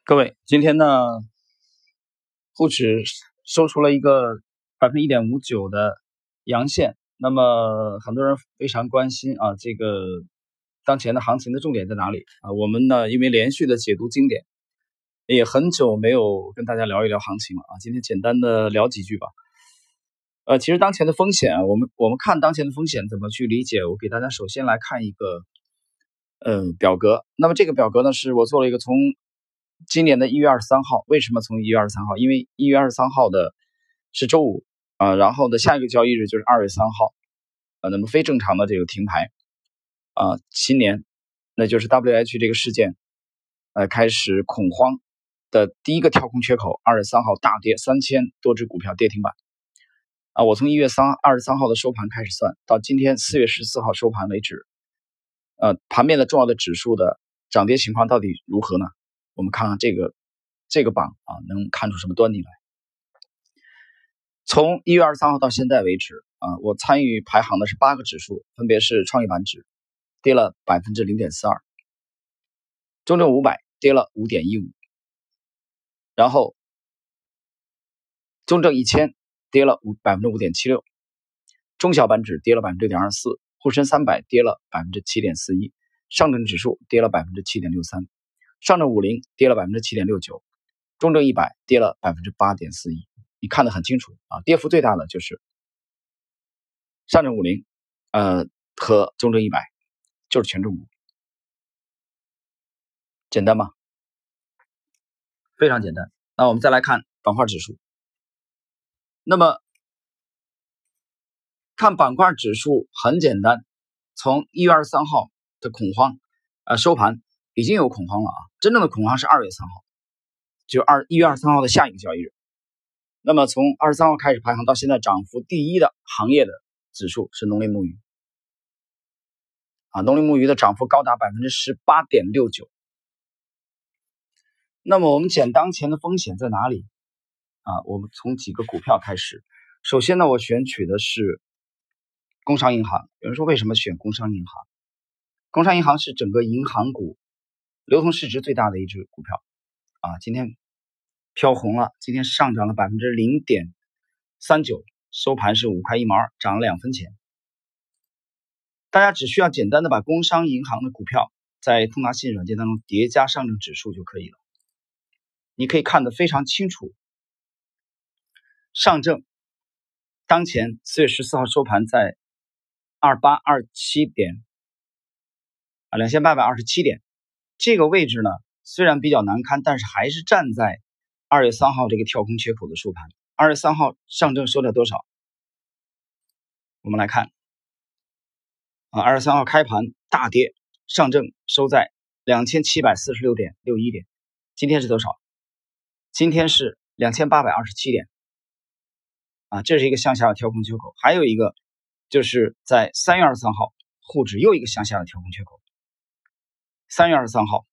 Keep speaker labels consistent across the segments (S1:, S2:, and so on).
S1: 各位，今天呢，沪指收出了一个1.59%的阳线，那么很多人非常关心啊，这个当前的行情的重点在哪里啊？我们呢，因为连续的解读经典，也很久没有跟大家聊一聊行情了啊，今天简单的聊几句吧。其实当前的风险啊，我们看当前的风险怎么去理解？我给大家首先来看一个表格。那么这个表格呢，是我做了一个从今年的1月23号，为什么从1月23号？因为1月23号的是周五啊，然后的下一个交易日就是2月3号那么非正常的这个停牌啊，新年那就是 WH 这个事件开始恐慌的第一个跳空缺口，2月3号大跌3000多只股票跌停板啊，我从23号的收盘开始算，到今天4月14号收盘为止，盘面的重要的指数的涨跌情况到底如何呢？我们看看这个榜啊，能看出什么端倪来？从1月23号到现在为止啊，我参与排行的是8个指数，分别是创业板指跌了0.42%，中证500跌了5.15%，然后中证1000跌了5.76%，中小板指跌了6.24%，沪深300跌了7.41%，上证指数跌了7.63%，上证50跌了7.69%，中证100跌了8.41%。你看得很清楚啊，跌幅最大的就是上证50和中证100，就是权重股。简单吗？非常简单。那我们再来看板块指数。那么看板块指数很简单，从1月23号的恐慌收盘已经有恐慌了啊，真正的恐慌是2月3号，就1月23号的下一个交易日。那么从23号开始排行到现在涨幅第一的行业的指数是农林牧渔啊，农林牧渔的涨幅高达18.69%。那么我们捡当前的风险在哪里啊？我们从几个股票开始。首先呢，我选取的是工商银行。有人说为什么选工商银行？工商银行是整个银行股流通市值最大的一只股票啊，今天飘红了，今天上涨了0.39%，收盘是5块1毛2，涨了2分钱。大家只需要简单的把工商银行的股票在通达信软件当中叠加上证指数就可以了。你可以看得非常清楚，上证当前4月14号收盘在2827点2827点，这个位置呢虽然比较难堪，但是还是站在2月3号这个跳空缺口的收盘。2月3号上证收了多少？我们来看啊，2月3号开盘大跌，上证收在2746.61点，今天是多少？今天是2827点啊，这是一个向下的跳空缺口。还有一个就是在3月23号沪指又一个向下的跳空缺口。3月23号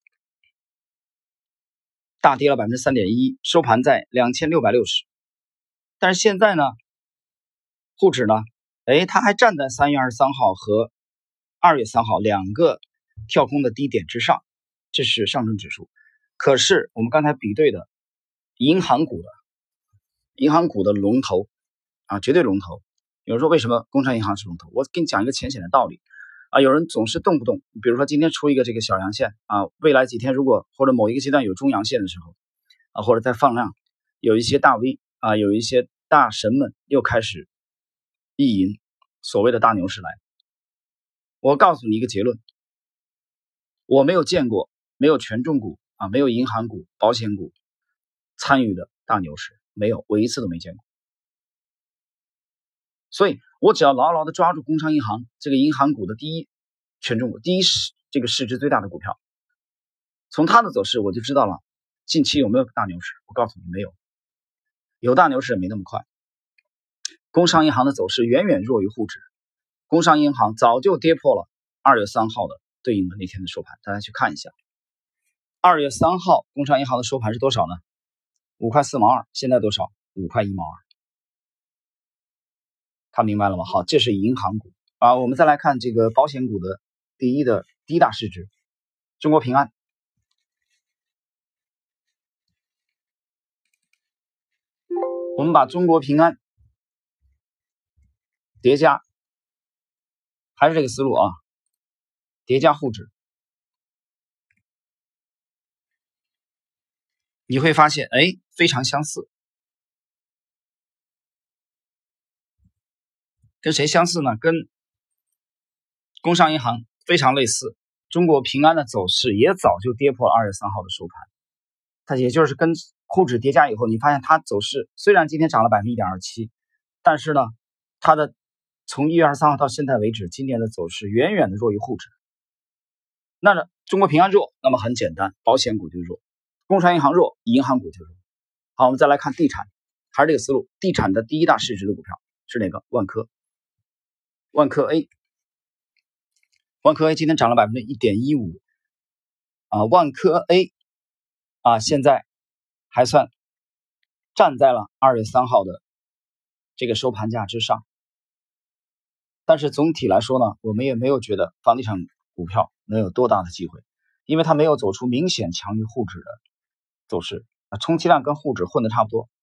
S1: 大跌了3.11%，收盘在2660。但是现在呢，沪指呢，它还站在3月23号和2月3号两个跳空的低点之上，这是上证指数。可是我们刚才比对的银行股的龙头啊，绝对龙头。有人说为什么工商银行是龙头？我给你讲一个浅显的道理啊，有人总是动不动，比如说今天出一个这个小阳线啊，未来几天如果或者某一个阶段有中阳线的时候啊，或者在放量，有一些大 V 啊，有一些大神们又开始意淫所谓的大牛市来。我告诉你一个结论，我没有见过没有权重股啊，没有银行股、保险股参与的大牛市，没有，我一次都没见过。所以我只要牢牢的抓住工商银行这个银行股的第一权重股，第一这个市值最大的股票，从它的走势我就知道了近期有没有大牛市。我告诉你没有，有大牛市也没那么快。工商银行的走势远远弱于沪指，工商银行早就跌破了2月3号的对应的那天的收盘，大家去看一下2月3号工商银行的收盘是多少呢？5块4毛2，现在多少？5块1毛2。看明白了吗？好，这是银行股啊。我们再来看这个保险股的第一大市值，中国平安。 我们把中国平安叠加，还是这个思路啊，叠加沪指，你会发现，哎，非常相似。跟谁相似呢？跟工商银行非常类似。中国平安的走势也早就跌破了2月3号的收盘，它也就是跟沪指叠加以后，你发现它走势虽然今天涨了 1.27%， 但是呢，它的从1月23号到现在为止，今年的走势远远的弱于沪指。那中国平安弱，那么很简单，保险股就弱；工商银行弱，银行股就弱。好，我们再来看地产，还是这个思路，地产的第一大市值的股票是哪个？万科。万科 A 今天涨了 1.15%， 万科 A 现在还算站在了2月3号的这个收盘价之上。但是总体来说呢，我们也没有觉得房地产股票能有多大的机会，因为它没有走出明显强于沪指的走势，充其量跟沪指混得差不多。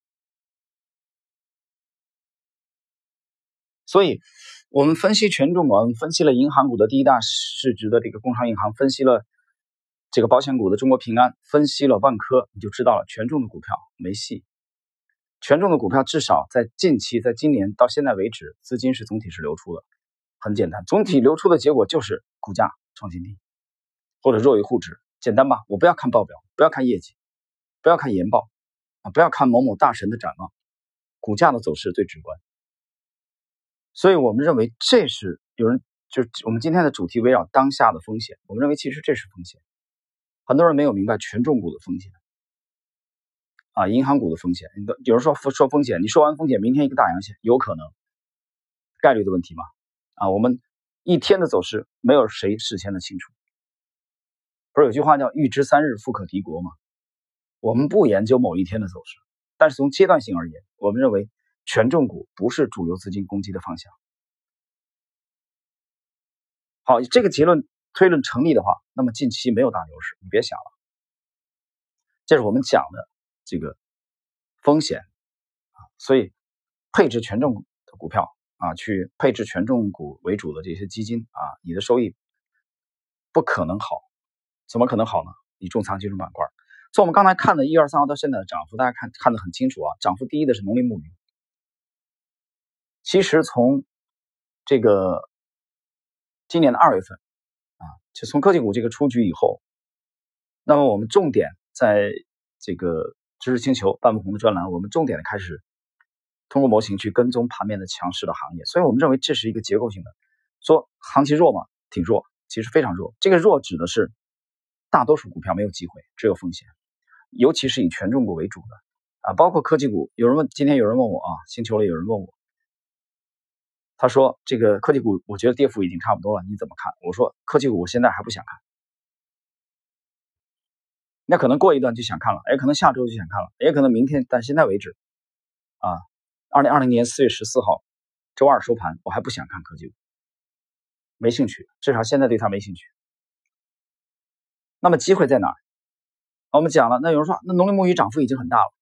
S1: 所以我们分析权重，我们分析了银行股的第一大市值的这个工商银行，分析了这个保险股的中国平安，分析了万科，你就知道了权重的股票没戏。权重的股票至少在近期，在今年到现在为止，资金是总体是流出的。很简单，总体流出的结果就是股价创新低，或者弱于沪指。简单吧？我不要看报表，不要看业绩，不要看研报不要看某某大神的展望，股价的走势最直观。所以我们认为这是就是我们今天的主题围绕当下的风险，我们认为其实这是风险。很多人没有明白权重股的风险银行股的风险。有人说风险，你说完风险，明天一个大阳线，有可能，概率的问题嘛我们一天的走势没有谁事先的清楚。不是有句话叫预知3日富可敌国吗？我们不研究某一天的走势，但是从阶段性而言，我们认为权重股不是主流资金攻击的方向。好，这个结论推论成立的话，那么近期没有大牛市，你别想了。这是我们讲的这个风险所以配置权重的股票去配置权重股为主的这些基金你的收益不可能好。怎么可能好呢？你重仓金融板块。从我们刚才看的1月23号到现在的涨幅，大家看得很清楚涨幅第一的是农林牧渔。其实从这个今年的2月份就从科技股这个出局以后，那么我们重点在这个知识星球半不红的专栏，我们重点的开始通过模型去跟踪盘面的强势的行业。所以我们认为这是一个结构性的，说行情弱吗？挺弱，其实非常弱。这个弱指的是大多数股票没有机会，只有风险，尤其是以权重股为主的包括科技股。今天有人问我星球里有人问我，他说这个科技股我觉得跌幅已经差不多了，你怎么看？我说科技股我现在还不想看，那可能过一段就想看了，也可能下周就想看了，也可能明天，但现在为止2020年4月14号周二收盘，我还不想看科技股，没兴趣，至少现在对它没兴趣。那么机会在哪儿？我们讲了，那有人说那农林牧渔涨幅已经很大了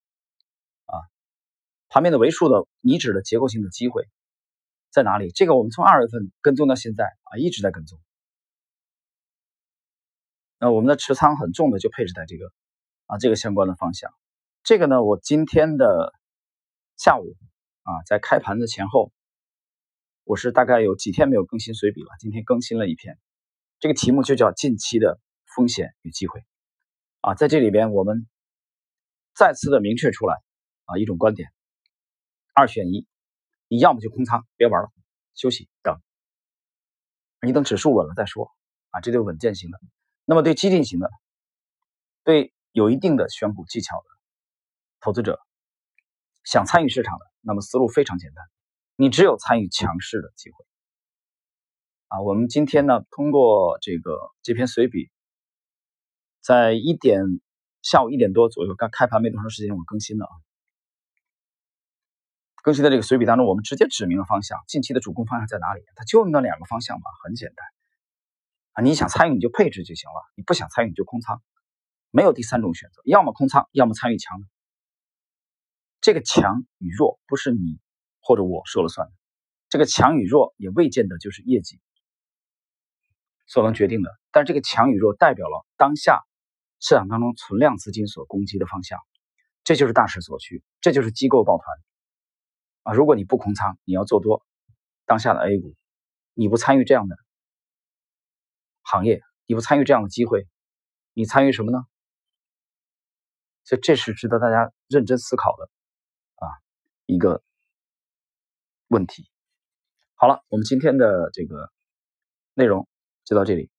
S1: 盘面的为数的你指的结构性的机会在哪里？这个我们从2月份跟踪到现在一直在跟踪。那我们的持仓很重的就配置在这个相关的方向。这个呢，我今天的下午在开盘的前后，我是大概有几天没有更新随笔了，今天更新了一篇，这个题目就叫近期的风险与机会在这里边我们再次的明确出来一种观点，2选1，你要么就空仓别玩了，休息等，你等指数稳了再说这就是稳健型的。那么对激进型的，对有一定的选股技巧的投资者，想参与市场的，那么思路非常简单，你只有参与强势的机会我们今天呢，通过这篇随笔，在下午1点多左右，刚开盘没多长时间，我更新了更新的这个随笔当中，我们直接指明了方向，近期的主攻方向在哪里？它就那2个方向嘛，很简单你想参与你就配置就行了，你不想参与你就空仓，没有第三种选择，要么空仓，要么参与强的。 这个强与弱不是你或者我说了算的，这个强与弱也未见得就是业绩所能决定的，但这个强与弱代表了当下市场当中存量资金所攻击的方向，这就是大势所趋，这就是机构抱团啊！如果你不空仓，你要做多当下的 A 股，你不参与这样的行业，你不参与这样的机会，你参与什么呢？所以这是值得大家认真思考的一个问题。好了，我们今天的这个内容就到这里。